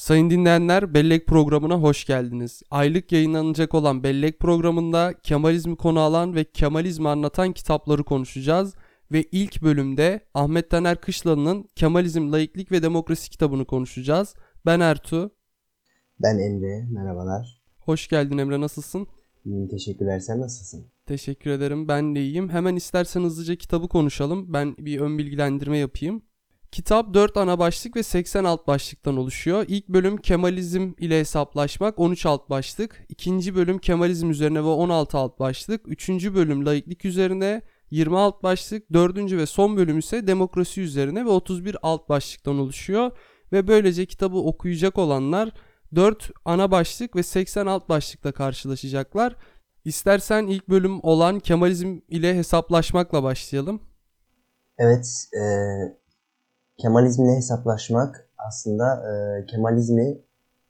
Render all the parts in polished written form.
Sayın dinleyenler, Bellek programına hoş geldiniz. Aylık yayınlanacak olan Bellek programında Kemalizmi konu alan ve Kemalizmi anlatan kitapları konuşacağız. Ve ilk bölümde Ahmet Taner Kışlalı'nın Kemalizm, Laiklik ve Demokrasi kitabını konuşacağız. Ben Ertuğ. Ben Emre, merhabalar. Hoş geldin Emre, nasılsın? İyiyim, teşekkürler. Sen nasılsın? Teşekkür ederim, ben de iyiyim. Hemen istersen hızlıca kitabı konuşalım. Ben bir ön bilgilendirme yapayım. Kitap 4 ana başlık ve 80 alt başlıktan oluşuyor. İlk bölüm Kemalizm ile hesaplaşmak, 13 alt başlık. İkinci bölüm Kemalizm üzerine ve 16 alt başlık. Üçüncü bölüm laiklik üzerine, 20 alt başlık. Dördüncü ve son bölüm ise demokrasi üzerine ve 31 alt başlıktan oluşuyor. Ve böylece kitabı okuyacak olanlar 4 ana başlık ve 80 alt başlıkla karşılaşacaklar. İstersen ilk bölüm olan Kemalizm ile hesaplaşmakla başlayalım. Evet, Kemalizmle hesaplaşmak aslında Kemalizmi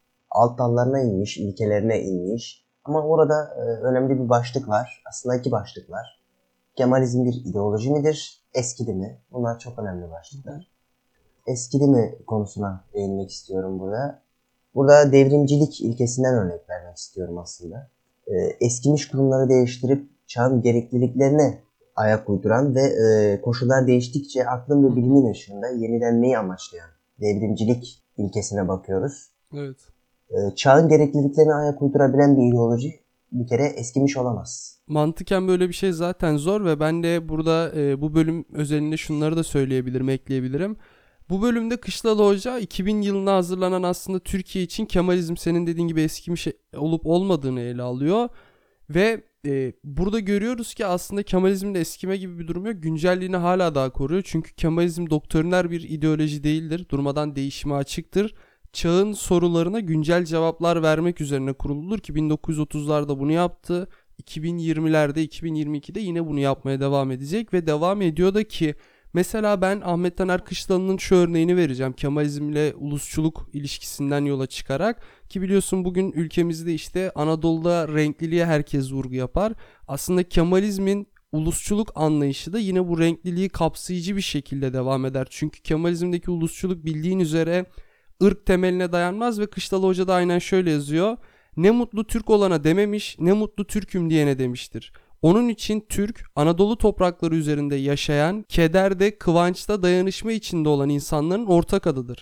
alt dallarına inmiş, ilkelerine inmiş. Ama orada önemli bir başlık var. Aslında iki başlık var. Kemalizm bir ideoloji midir, eskidi mi? Bunlar çok önemli başlıklar. Eskidi mi konusuna değinmek istiyorum burada. Burada devrimcilik ilkesinden örnek vermek istiyorum aslında. Eskimiş kurumları değiştirip çağın gerekliliklerine ayak uyduran ve koşullar değiştikçe aklın ve bilimin ışığında yenilenmeyi amaçlayan devrimcilik ilkesine bakıyoruz. Evet. Çağın gerekliliklerine ayak uydurabilen bir ideoloji bir kere eskimiş olamaz. Mantıken böyle bir şey zaten zor ve ben de burada bu bölüm özelinde şunları da söyleyebilirim, ekleyebilirim. Bu bölümde Kışlalı Hoca 2000 yılına hazırlanan aslında Türkiye için Kemalizm senin dediğin gibi eskimiş olup olmadığını ele alıyor. Ve burada görüyoruz ki aslında Kemalizm'de eskime gibi bir durum yok. Güncelliğini hala daha koruyor. Çünkü Kemalizm doktriner bir ideoloji değildir. Durmadan değişime açıktır. Çağın sorularına güncel cevaplar vermek üzerine kuruludur ki 1930'larda bunu yaptı. 2020'lerde, 2022'de yine bunu yapmaya devam edecek ve devam ediyor da ki mesela ben Ahmet Taner Kışlalı'nın şu örneğini vereceğim. Kemalizm ile ulusçuluk ilişkisinden yola çıkarak ki biliyorsun bugün ülkemizde işte Anadolu'da renkliliğe herkes vurgu yapar. Aslında Kemalizmin ulusçuluk anlayışı da yine bu renkliliği kapsayıcı bir şekilde devam eder. Çünkü Kemalizmdeki ulusçuluk bildiğin üzere ırk temeline dayanmaz ve Kışlalı Hoca da aynen şöyle yazıyor. Ne mutlu Türk olana dememiş, ne mutlu Türk'üm diyene demiştir. Onun için Türk, Anadolu toprakları üzerinde yaşayan, kederde, kıvançta, dayanışma içinde olan insanların ortak adıdır.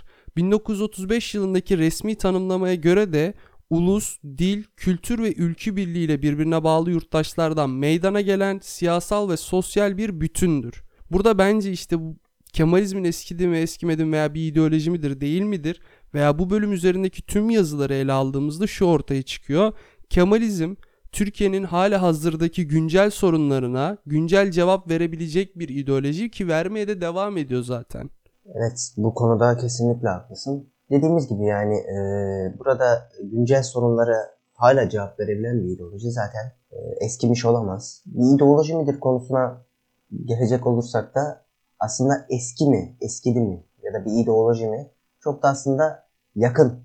1935 yılındaki resmi tanımlamaya göre de ulus, dil, kültür ve ülkü birliğiyle birbirine bağlı yurttaşlardan meydana gelen siyasal ve sosyal bir bütündür. Burada bence işte bu Kemalizmin eskidi mi eskimedi mi veya bir ideoloji midir değil midir veya bu bölüm üzerindeki tüm yazıları ele aldığımızda şu ortaya çıkıyor. Kemalizm Türkiye'nin hali hazırdaki güncel sorunlarına güncel cevap verebilecek bir ideoloji ki vermeye de devam ediyor zaten. Evet, bu konuda kesinlikle haklısın. Dediğimiz gibi yani burada güncel sorunlara hala cevap verebilen bir ideoloji zaten eskimiş olamaz. Bir ideoloji midir konusuna gelecek olursak da aslında eski mi, eskidi mi ya da bir ideoloji mi? Çok da aslında yakın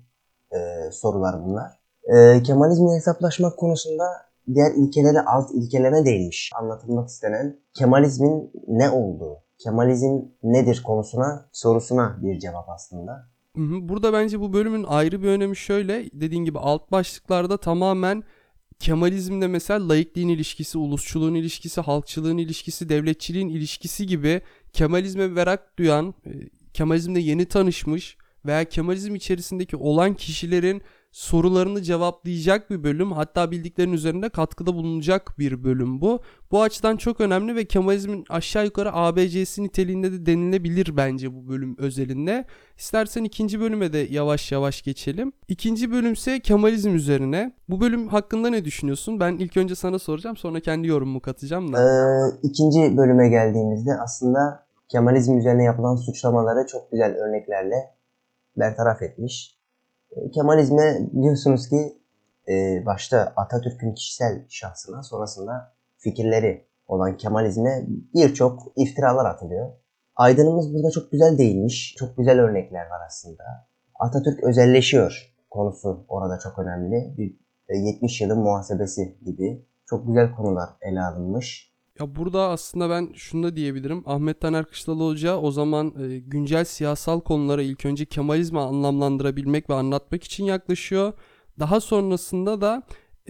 sorular bunlar. Kemalizmle hesaplaşmak konusunda diğer ilkelere, alt ilkelere değinmiş. Anlatılmak istenen Kemalizmin ne olduğu, Kemalizm nedir sorusuna bir cevap aslında. Burada bence bu bölümün ayrı bir önemi şöyle. Dediğin gibi alt başlıklarda tamamen Kemalizmle mesela laikliğin ilişkisi, ulusçuluğun ilişkisi, halkçılığın ilişkisi, devletçiliğin ilişkisi gibi Kemalizme merak duyan, Kemalizmle yeni tanışmış veya Kemalizm içerisindeki olan kişilerin sorularını cevaplayacak bir bölüm. Hatta bildiklerinin üzerinde katkıda bulunacak bir bölüm bu. Bu açıdan çok önemli ve Kemalizmin aşağı yukarı ABC'si niteliğinde de denilebilir bence bu bölüm özelinde. İstersen ikinci bölüme de yavaş yavaş geçelim. İkinci bölümse Kemalizm üzerine. Bu bölüm hakkında ne düşünüyorsun? Ben ilk önce sana soracağım, sonra kendi yorumumu katacağım da. İkinci bölüme geldiğimizde aslında Kemalizm üzerine yapılan suçlamaları çok güzel örneklerle bertaraf etmiş. Kemalizme biliyorsunuz ki başta Atatürk'ün kişisel şahsına sonrasında fikirleri olan Kemalizme birçok iftiralar atılıyor. Aydınımız burada çok güzel değinmiş. Çok güzel örnekler var aslında. Atatürk özelleşiyor konusu orada çok önemli. 70 yılın muhasebesi gibi çok güzel konular ele alınmış. Ya burada aslında ben şunu da diyebilirim. Ahmet Taner Kışlalı Hoca o zaman güncel siyasal konulara ilk önce Kemalizmi anlamlandırabilmek ve anlatmak için yaklaşıyor. Daha sonrasında da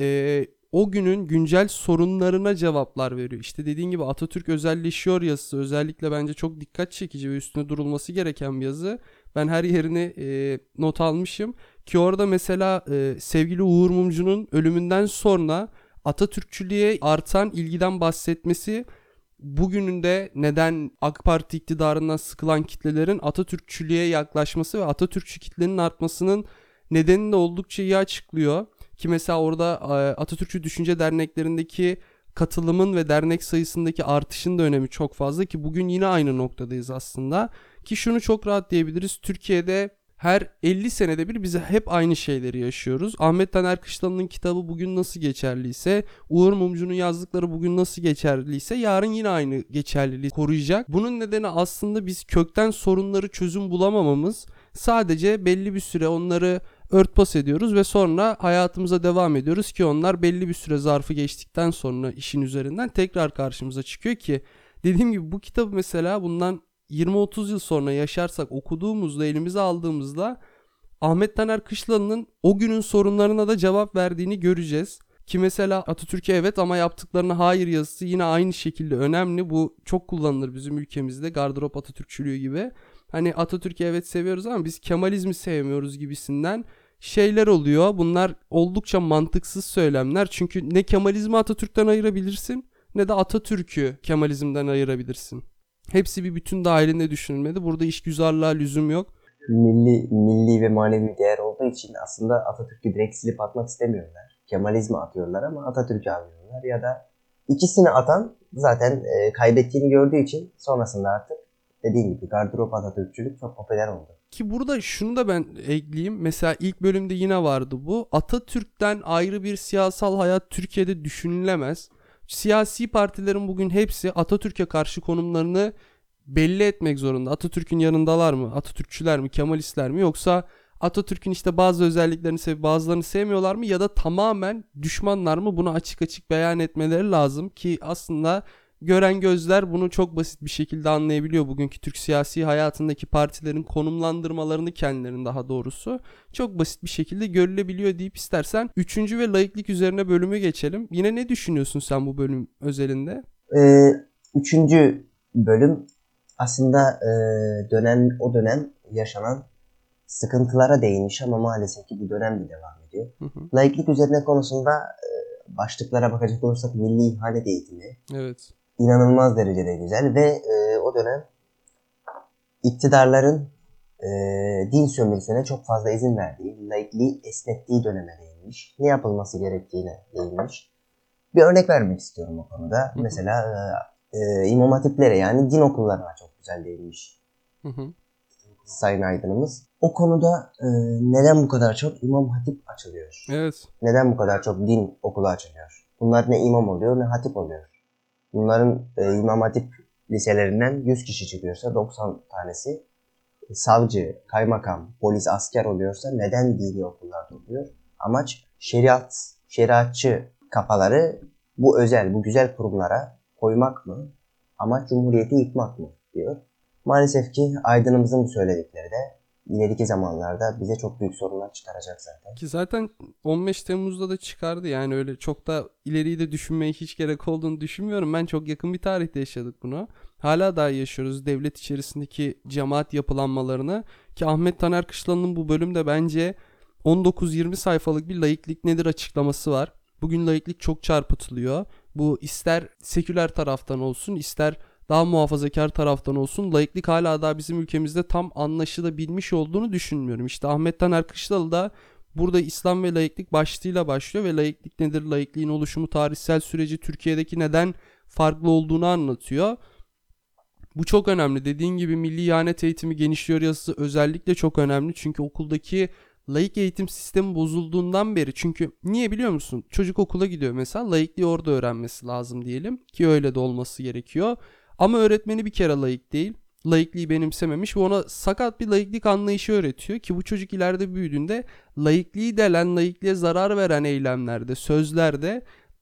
o günün güncel sorunlarına cevaplar veriyor. İşte dediğin gibi Atatürk özelleşiyor yazısı özellikle bence çok dikkat çekici ve üstüne durulması gereken bir yazı. Ben her yerini not almışım. Ki orada mesela sevgili Uğur Mumcu'nun ölümünden sonra Atatürkçülüğe artan ilgiden bahsetmesi, bugünün de neden AK Parti iktidarından sıkılan kitlelerin Atatürkçülüğe yaklaşması ve Atatürkçü kitlenin artmasının nedenini de oldukça iyi açıklıyor. Ki mesela orada Atatürkçü düşünce derneklerindeki katılımın ve dernek sayısındaki artışın da önemi çok fazla, ki bugün yine aynı noktadayız aslında. Ki şunu çok rahat diyebiliriz: Türkiye'de her 50 senede bir bize hep aynı şeyleri yaşıyoruz. Ahmet Taner Kışlalı'nın kitabı bugün nasıl geçerliyse, Uğur Mumcu'nun yazdıkları bugün nasıl geçerliyse, yarın yine aynı geçerliliği koruyacak. Bunun nedeni aslında biz kökten sorunları çözüm bulamamamız. Sadece belli bir süre onları örtbas ediyoruz ve sonra hayatımıza devam ediyoruz ki onlar belli bir süre zarfı geçtikten sonra işin üzerinden tekrar karşımıza çıkıyor. Ki dediğim gibi bu kitabı mesela bundan 20-30 yıl sonra yaşarsak, okuduğumuzda, elimize aldığımızda Ahmet Taner Kışlalı'nın o günün sorunlarına da cevap verdiğini göreceğiz. Ki mesela Atatürk'e evet ama yaptıklarına hayır yazısı yine aynı şekilde önemli. Bu çok kullanılır bizim ülkemizde, gardırop Atatürkçülüğü gibi. Hani Atatürk'ü evet seviyoruz ama biz Kemalizmi sevmiyoruz gibisinden şeyler oluyor. Bunlar oldukça mantıksız söylemler. Çünkü ne Kemalizmi Atatürk'ten ayırabilirsin ne de Atatürk'ü Kemalizm'den ayırabilirsin. Hepsi bir bütün dahilinde düşünülmedi. Burada işgüzarlığa lüzum yok. Milli ve manevi bir değer olduğu için aslında Atatürk'ü direkt silip atmak istemiyorlar. Kemalizmi atıyorlar ama Atatürk'ü alıyorlar. Ya da ikisini atan zaten kaybettiğini gördüğü için sonrasında artık dediğim gibi gardırop Atatürkçülük çok popüler oldu. Ki burada şunu da ben ekleyeyim. Mesela ilk bölümde yine vardı bu. Atatürk'ten ayrı bir siyasal hayat Türkiye'de düşünülemez. Siyasi partilerin bugün hepsi Atatürk'e karşı konumlarını belli etmek zorunda. Atatürk'ün yanındalar mı? Atatürkçüler mi? Kemalistler mi? Yoksa Atatürk'ün işte bazı özelliklerini sevip bazılarını sevmiyorlar mı? Ya da tamamen düşmanlar mı? Bunu açık açık beyan etmeleri lazım ki aslında gören gözler bunu çok basit bir şekilde anlayabiliyor. Bugünkü Türk siyasi hayatındaki partilerin konumlandırmalarını, kendilerinin daha doğrusu, çok basit bir şekilde görülebiliyor deyip istersen 3. ve laiklik üzerine bölümü geçelim. Yine ne düşünüyorsun sen bu bölüm özelinde? 3. bölüm aslında o dönem yaşanan sıkıntılara değinmiş ama maalesef ki bu dönem de devam ediyor. Laiklik üzerine konusunda başlıklara bakacak olursak milli ihanet eğitimi. Evet. İnanılmaz derecede güzel ve o dönem iktidarların din sömürüsüne çok fazla izin verdiği, laikliği esnettiği döneme değinmiş. Ne yapılması gerektiğine değinmiş. Bir örnek vermek istiyorum o konuda. Mesela İmam Hatiplere, yani din okullarına çok güzel değinmiş. Sayın Aydın'ımız. O konuda neden bu kadar çok İmam Hatip açılıyor? Evet. Neden bu kadar çok din okulu açılıyor? Bunlar ne imam oluyor ne hatip oluyor. Bunların İmam Hatip liselerinden 100 kişi çıkıyorsa 90 tanesi savcı, kaymakam, polis, asker oluyorsa neden dini okullarda oluyor? Amaç şeriatçı kafaları bu güzel kurumlara koymak mı? Amaç Cumhuriyeti yıkmak mı diyor. Maalesef ki Aydın'ımızın bu söyledikleri de ileriki zamanlarda bize çok büyük sorunlar çıkaracak zaten. Ki zaten 15 Temmuz'da da çıkardı, yani öyle çok da ileriyi de düşünmeye hiç gerek olduğunu düşünmüyorum. Ben çok yakın bir tarihte yaşadık bunu. Hala daha yaşıyoruz devlet içerisindeki cemaat yapılanmalarını. Ki Ahmet Taner Kışlalı'nın bu bölümde bence 19-20 sayfalık bir laiklik nedir açıklaması var. Bugün laiklik çok çarpıtılıyor. Bu ister seküler taraftan olsun, ister daha muhafazakar taraftan olsun, laiklik hala daha bizim ülkemizde tam anlaşılabilmiş olduğunu düşünmüyorum. İşte Ahmet Taner Kışlalı da burada İslam ve laiklik başlığıyla başlıyor ve laiklik nedir, laikliğin oluşumu, tarihsel süreci, Türkiye'deki neden farklı olduğunu anlatıyor. Bu çok önemli. Dediğin gibi milli ihanet eğitimi genişliyor yazısı özellikle çok önemli. Çünkü okuldaki laik eğitim sistemi bozulduğundan beri, çünkü niye biliyor musun? Çocuk okula gidiyor mesela, laikliği orada öğrenmesi lazım diyelim ki öyle de olması gerekiyor. Ama öğretmeni bir kere laik değil, laikliği benimsememiş ve ona sakat bir laiklik anlayışı öğretiyor ki bu çocuk ileride büyüdüğünde laikliği delen, laikliğe zarar veren eylemlerde, sözlerde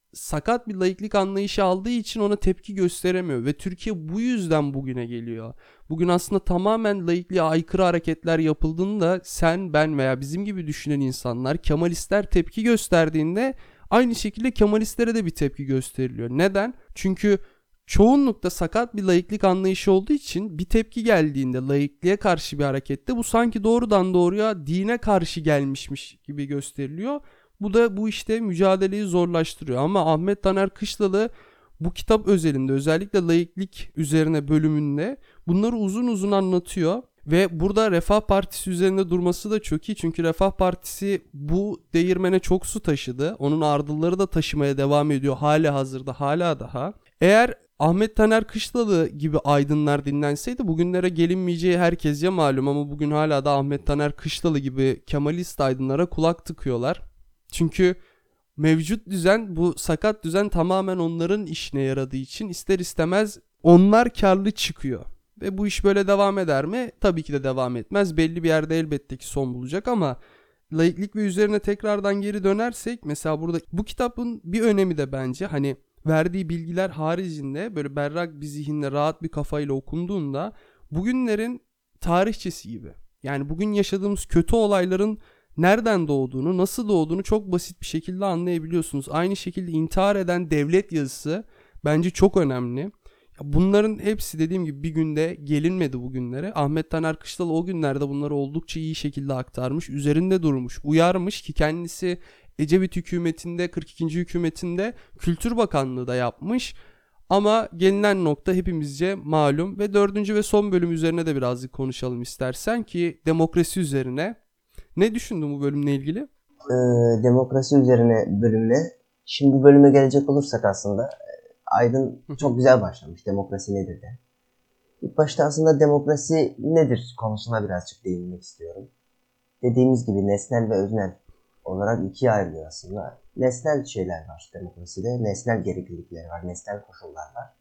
sakat bir laiklik anlayışı aldığı için ona tepki gösteremiyor ve Türkiye bu yüzden bugüne geliyor. Bugün aslında tamamen laikliğe aykırı hareketler yapıldığında sen, ben veya bizim gibi düşünen insanlar, Kemalistler tepki gösterdiğinde aynı şekilde Kemalistlere de bir tepki gösteriliyor. Neden? Çünkü çoğunlukta sakat bir laiklik anlayışı olduğu için bir tepki geldiğinde laikliğe karşı bir harekette bu sanki doğrudan doğruya dine karşı gelmişmiş gibi gösteriliyor. Bu da bu işte mücadeleyi zorlaştırıyor. Ama Ahmet Taner Kışlalı bu kitap özelinde özellikle laiklik üzerine bölümünde bunları uzun uzun anlatıyor. Ve burada Refah Partisi üzerinde durması da çok iyi. Çünkü Refah Partisi bu değirmene çok su taşıdı. Onun ardılları da taşımaya devam ediyor hali hazırda, hala daha. Eğer Ahmet Taner Kışlalı gibi aydınlar dinlenseydi bugünlere gelinmeyeceği herkesce malum, ama bugün hala da Ahmet Taner Kışlalı gibi Kemalist aydınlara kulak tıkıyorlar. Çünkü mevcut düzen, bu sakat düzen tamamen onların işine yaradığı için ister istemez onlar karlı çıkıyor. Ve bu iş böyle devam eder mi? Tabii ki de devam etmez. Belli bir yerde elbette ki son bulacak ama laiklik ve üzerine tekrardan geri dönersek mesela burada bu kitabın bir önemi de bence hani verdiği bilgiler haricinde böyle berrak bir zihinle rahat bir kafayla okunduğunda bugünlerin tarihçesi gibi. Yani bugün yaşadığımız kötü olayların nereden doğduğunu, nasıl doğduğunu çok basit bir şekilde anlayabiliyorsunuz. Aynı şekilde intihar eden devlet yazısı bence çok önemli. Bunların hepsi dediğim gibi bir günde gelinmedi bugünlere. Ahmet Taner Kışlalı o günlerde bunları oldukça iyi şekilde aktarmış, üzerinde durmuş, uyarmış ki kendisi Ecevit hükümetinde, 42. hükümetinde Kültür Bakanlığı da yapmış. Ama gelinen nokta hepimizce malum ve dördüncü ve son bölüm üzerine de birazcık konuşalım istersen ki demokrasi üzerine. Ne düşündün bu bölümle ilgili? Demokrasi üzerine bölümüne. Şimdi bu bölüme gelecek olursak aslında Aydın çok güzel başlamış. Demokrasi nedir de. İlk başta aslında demokrasi nedir konusuna birazcık değinmek istiyorum. Dediğimiz gibi nesnel ve öznel olarak ikiye ayrılıyor aslında. Nesnel şeyler var demokraside. Nesnel gereklilikler var. Nesnel koşullar var.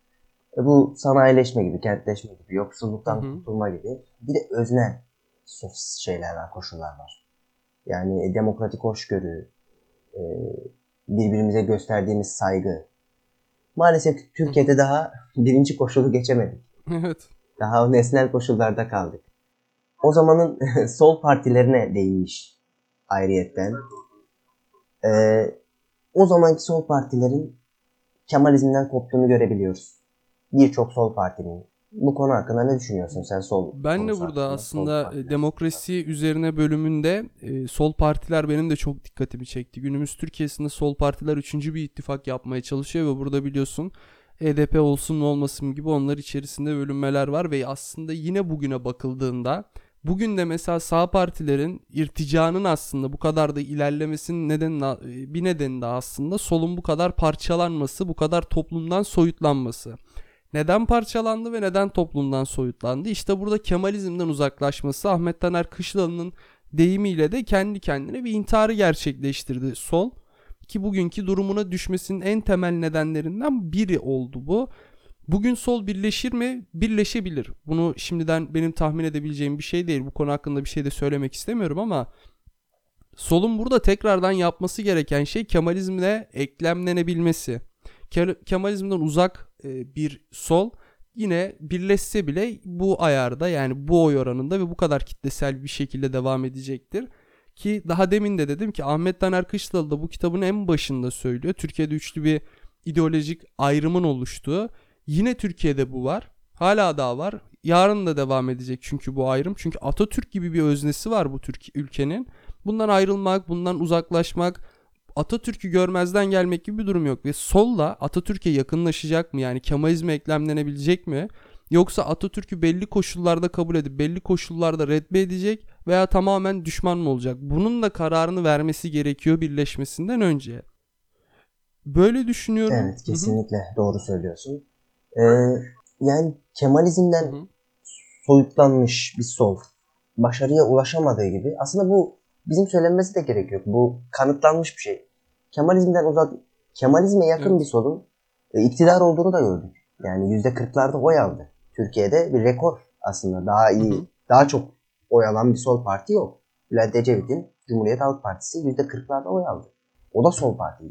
Bu sanayileşme gibi, kentleşme gibi, yoksulluktan kurtulma gibi. Bir de öznel şeyler var, koşullar var. Yani demokratik hoşgörü, birbirimize gösterdiğimiz saygı. Maalesef Türkiye'de daha birinci koşulu geçemedik. Evet. Daha nesnel koşullarda kaldık. O zamanın sol partilerine değinmiş ayrıyetten. O zamanki sol partilerin Kemalizmden koptuğunu görebiliyoruz. Birçok sol partinin. Bu konu hakkında ne düşünüyorsun sen sol Ben de konusu burada hakkında? Sol aslında partiler. demokrasi üzerine bölümünde sol partiler benim de çok dikkatimi çekti. Günümüz Türkiye'sinde sol partiler üçüncü bir ittifak yapmaya çalışıyor ve burada biliyorsun HDP olsun mu olmasın gibi onlar içerisinde bölünmeler var ve aslında yine bugüne bakıldığında bugün de mesela sağ partilerin irticanın aslında bu kadar da ilerlemesinin bir nedeni de aslında solun bu kadar parçalanması, bu kadar toplumdan soyutlanması. Neden parçalandı ve neden toplumdan soyutlandı? İşte burada Kemalizmden uzaklaşması, Ahmet Taner Kışlalı'nın deyimiyle de kendi kendine bir intiharı gerçekleştirdi sol. Ki bugünkü durumuna düşmesinin en temel nedenlerinden biri oldu bu. Bugün sol birleşir mi? Birleşebilir. Bunu şimdiden benim tahmin edebileceğim bir şey değil. Bu konu hakkında bir şey de söylemek istemiyorum ama solun burada tekrardan yapması gereken şey Kemalizmle eklemlenebilmesi. Kemalizmden uzak bir sol yine birleşse bile bu ayarda, yani bu oy oranında ve bu kadar kitlesel bir şekilde devam edecektir. Ki daha demin de dedim ki Ahmet Taner Kışlalı da bu kitabın en başında söylüyor. Türkiye'de üçlü bir ideolojik ayrımın oluştuğu. Yine Türkiye'de bu var. Hala daha var. Yarın da devam edecek çünkü bu ayrım. Çünkü Atatürk gibi bir öznesi var bu ülkenin. Bundan ayrılmak, bundan uzaklaşmak, Atatürk'ü görmezden gelmek gibi bir durum yok. Ve solla Atatürk'e yakınlaşacak mı? Yani Kemalizme eklemlenebilecek mi? Yoksa Atatürk'ü belli koşullarda kabul edip belli koşullarda reddedecek veya tamamen düşman mı olacak? Bunun da kararını vermesi gerekiyor birleşmesinden önce. Böyle düşünüyorum. Evet, Hı hı. kesinlikle doğru söylüyorsun. Ee, yani Hı Kemalizmden hı. soyutlanmış bir sol başarıya ulaşamadığı gibi aslında bu bizim söylenmesi de gerekiyor. Bu kanıtlanmış bir şey. Kemalizmden uzak, Kemalizme yakın bir Evet. solun iktidar olduğunu da gördük. Yani %40'larda oy aldı. Türkiye'de bir rekor aslında. Daha Hı iyi, hı. daha çok oy alan bir sol parti yok. Bülent Ecevit'in Cumhuriyet Halk Partisi %40'larda oy aldı. O da sol partiydi.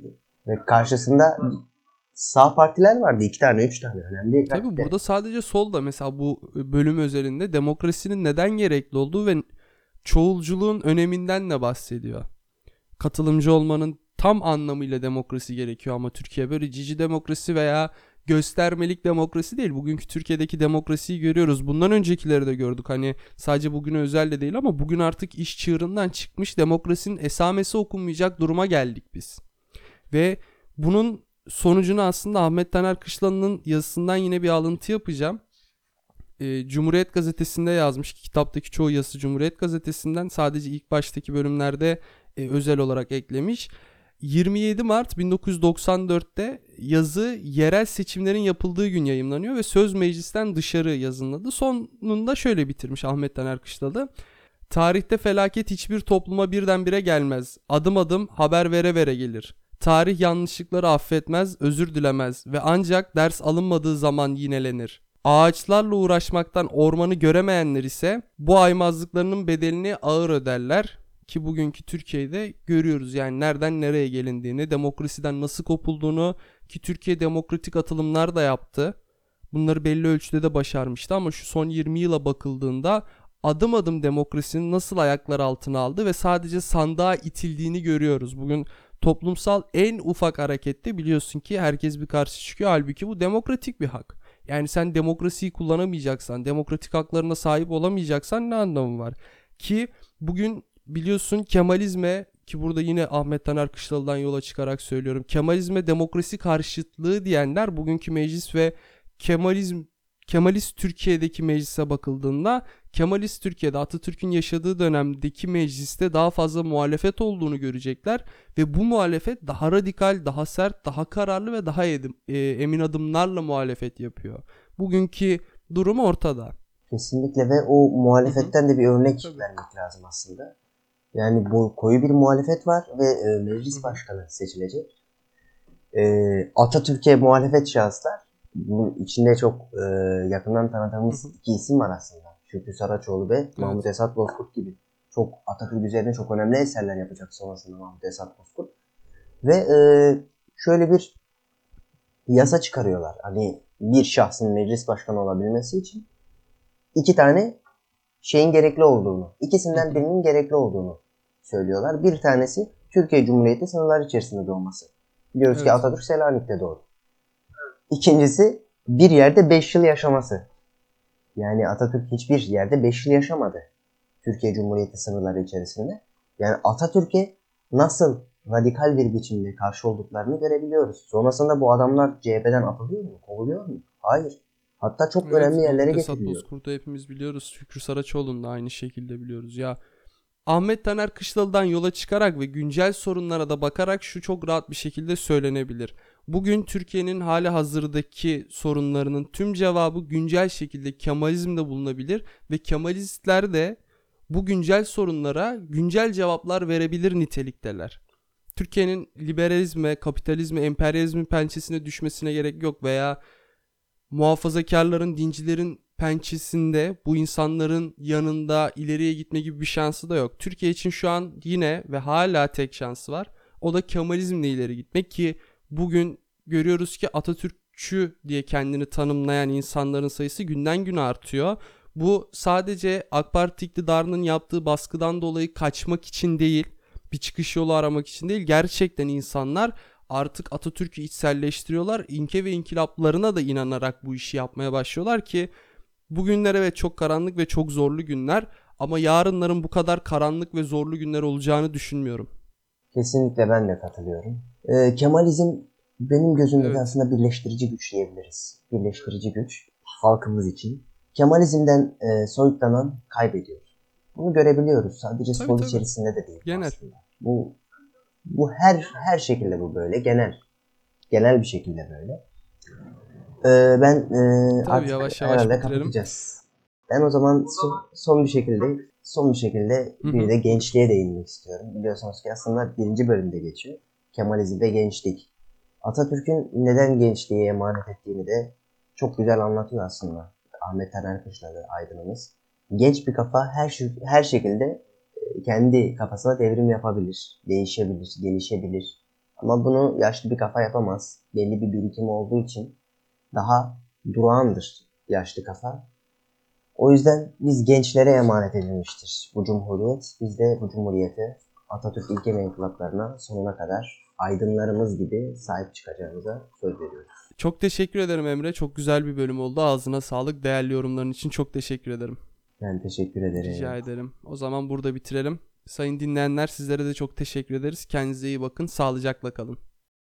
Ve karşısında sağ partiler vardı. 2 tane, 3 tane önemli Tabii rakipleri. burada sadece sol da mesela bu bölüm özelinde demokrasinin neden gerekli olduğu ve çoğulculuğun öneminden de bahsediyor. Katılımcı olmanın tam anlamıyla demokrasi gerekiyor ama Türkiye böyle cici demokrasi veya göstermelik demokrasi değil. Bugünkü Türkiye'deki demokrasiyi görüyoruz. Bundan öncekileri de gördük. Hani sadece bugüne özel de değil ama bugün artık iş çığırından çıkmış demokrasinin esamesi okunmayacak duruma geldik biz. Ve bunun sonucunu aslında Ahmet Taner Kışlan'ın yazısından yine bir alıntı yapacağım. Cumhuriyet Gazetesi'nde yazmış ki kitaptaki çoğu yazısı Cumhuriyet Gazetesi'nden, sadece ilk baştaki bölümlerde özel olarak eklemiş. 27 Mart 1994'te yazı yerel seçimlerin yapıldığı gün yayımlanıyor ve söz meclisten dışarı yazıldı. Sonunda şöyle bitirmiş Ahmet Taner Kışlalı. Tarihte felaket hiçbir topluma birdenbire gelmez. Adım adım haber vere vere gelir. Tarih yanlışlıkları affetmez, özür dilemez ve ancak ders alınmadığı zaman yinelenir. Ağaçlarla uğraşmaktan ormanı göremeyenler ise bu aymazlıklarının bedelini ağır öderler ki bugünkü Türkiye'de görüyoruz yani nereden nereye gelindiğini, demokrasiden nasıl kopulduğunu ki Türkiye demokratik atılımlar da yaptı. Bunları belli ölçüde de başarmıştı ama şu son 20 yıla bakıldığında adım adım demokrasinin nasıl ayaklar altına aldı ve sadece sandığa itildiğini görüyoruz. Bugün toplumsal en ufak harekette biliyorsun ki herkes bir karşı çıkıyor. Halbuki bu demokratik bir hak. Yani sen demokrasiyi kullanamayacaksan, demokratik haklarına sahip olamayacaksan ne anlamı var? Ki bugün biliyorsun Kemalizme, ki burada yine Ahmet Taner Kışlalı'dan yola çıkarak söylüyorum. Kemalizme demokrasi karşıtlığı diyenler bugünkü meclis ve Kemalist Türkiye'deki meclise bakıldığında Kemalist Türkiye'de Atatürk'ün yaşadığı dönemdeki mecliste daha fazla muhalefet olduğunu görecekler ve bu muhalefet daha radikal, daha sert, daha kararlı ve daha emin adımlarla muhalefet yapıyor. Bugünkü durum ortada. Kesinlikle ve o Hı hı. muhalefetten de bir örnek Tabii. vermek lazım aslında. Yani bu koyu bir muhalefet var ve Hı meclis hı. başkanı seçilecek. Atatürk'e muhalefet şahıslar. Bunun içinde çok yakından Hı tanıdığımız hı. iki isim var aslında. Şükrü Saraçoğlu ve Mahmut Evet. Esat Bozkurt gibi. Çok Atatürk üzerine çok önemli eserler yapacak sonrasında Mahmut Esat Bozkurt. Ve şöyle bir yasa çıkarıyorlar. Hani bir şahsın meclis başkanı olabilmesi için 2 tane şeyin gerekli olduğunu, Hı ikisinden hı. birinin gerekli olduğunu söylüyorlar. Bir tanesi Türkiye Cumhuriyeti sınırları içerisinde doğması. Biliyoruz ki Evet. Atatürk Selanik'te doğdu. İkincisi bir yerde 5 yıl yaşaması. Yani Atatürk hiçbir yerde 5 yıl yaşamadı. Türkiye Cumhuriyeti sınırları içerisinde. Yani Atatürk'e nasıl radikal bir biçimde karşı olduklarını görebiliyoruz. Sonrasında bu adamlar CHP'den atılıyor mu? Kovuluyor mu? Hayır. Hatta çok önemli Evet. yerlere Mahmut Esat getiriliyor. Bozkurt'u hepimiz biliyoruz. Şükrü Saraçoğlu'nu da aynı şekilde biliyoruz. Ya Ahmet Taner Kışlalı'dan yola çıkarak ve güncel sorunlara da bakarak şu çok rahat bir şekilde söylenebilir. Bugün Türkiye'nin hali hazırdaki sorunlarının tüm cevabı güncel şekilde Kemalizm'de bulunabilir ve Kemalistler de bu güncel sorunlara güncel cevaplar verebilir nitelikteler. Türkiye'nin liberalizme, kapitalizme, emperyalizmin pençesine düşmesine gerek yok veya muhafazakarların, dincilerin pençesinde bu insanların yanında ileriye gitme gibi bir şansı da yok. Türkiye için şu an yine ve hala tek şansı var. O da Kemalizmle ileri gitmek ki bugün görüyoruz ki Atatürkçü diye kendini tanımlayan insanların sayısı günden güne artıyor. Bu sadece AK Parti iktidarının yaptığı baskıdan dolayı kaçmak için değil, bir çıkış yolu aramak için değil. Gerçekten insanlar artık Atatürk'ü içselleştiriyorlar. İlke ve inkılaplarına da inanarak bu işi yapmaya başlıyorlar ki bugünler evet çok karanlık ve çok zorlu günler ama yarınların bu kadar karanlık ve zorlu günler olacağını düşünmüyorum. Kesinlikle ben de katılıyorum. Kemalizm benim gözümde de Evet. aslında birleştirici güç diyebiliriz. Birleştirici güç halkımız için. Kemalizmden soyutlanan kaybediyor. Bunu görebiliyoruz. Sadece Tabii sol tabii. içerisinde de değil bu Genel. aslında. Bu her şekilde bu böyle genel bir şekilde böyle. Ben Tabii artık yavaş yavaş herhalde bitirelim. kapatacağız. Ben o zaman son bir şekilde Hı bir hı. de gençliğe değinmek istiyorum. Biliyorsunuz ki aslında birinci bölümde geçiyor. Kemalizm ve gençlik. Atatürk'ün neden gençliğe emanet ettiğini de çok güzel anlatıyor aslında. Ahmet Taner Kışlalı aydınımız. Genç bir kafa her şekilde kendi kafasına devrim yapabilir, değişebilir, gelişebilir. Ama bunu yaşlı bir kafa yapamaz. Belli bir birikim olduğu için daha durağandır yaşlı kafa. O yüzden biz gençlere emanet edilmiştir bu cumhuriyet. Biz de bu cumhuriyete, Atatürk ilke menkıbetlerine sonuna kadar aydınlarımız gibi sahip çıkacağımıza söz veriyoruz. Çok teşekkür ederim Emre. Çok güzel bir bölüm oldu. Ağzına sağlık. Değerli yorumların için çok teşekkür ederim. Ben teşekkür ederim. Rica ederim. O zaman burada bitirelim. Sayın dinleyenler, sizlere de çok teşekkür ederiz. Kendinize iyi bakın. Sağlıcakla kalın.